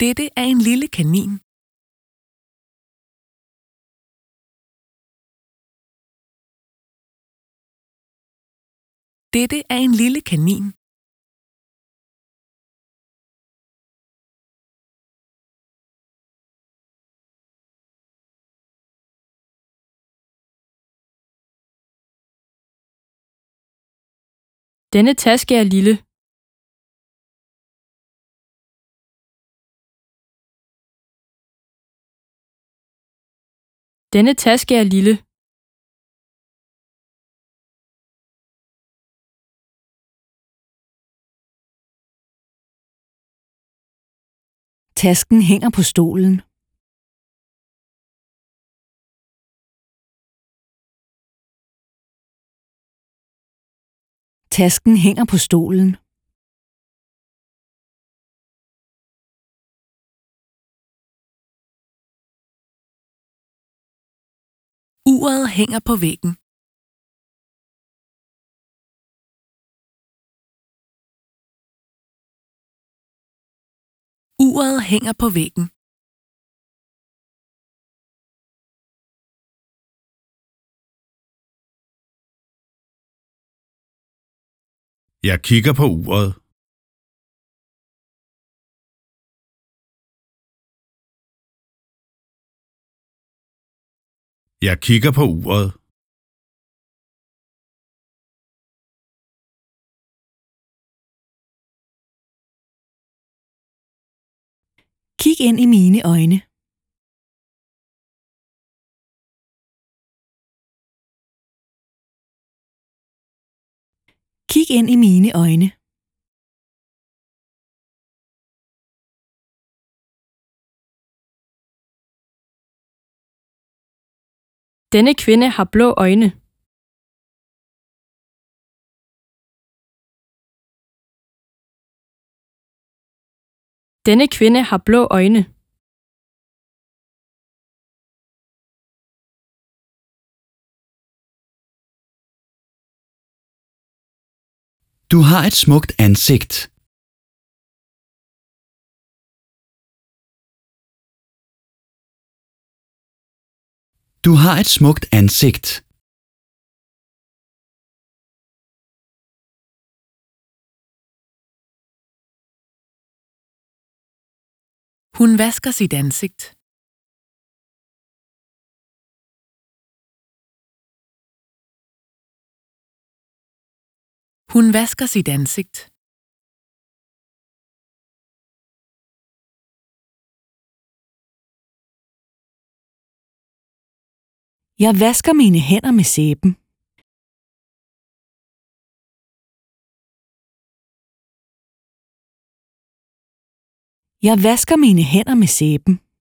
Dette er en lille kanin. Dette er en lille kanin. Denne taske er lille. Denne taske er lille. Tasken hænger på stolen. Tasken hænger på stolen. Uret hænger på væggen. Uret hænger på væggen. Jeg kigger på uret. Jeg kigger på uret. Kig ind i mine øjne. Kig ind i mine øjne. Denne kvinde har blå øjne. Denne kvinde har blå øjne. Du har et smukt ansigt. Du har et smukt ansigt. Hun vasker sit ansigt. Hun vasker sit ansigt. Jeg vasker mine hænder med sæben. Jeg vasker mine hænder med sæben.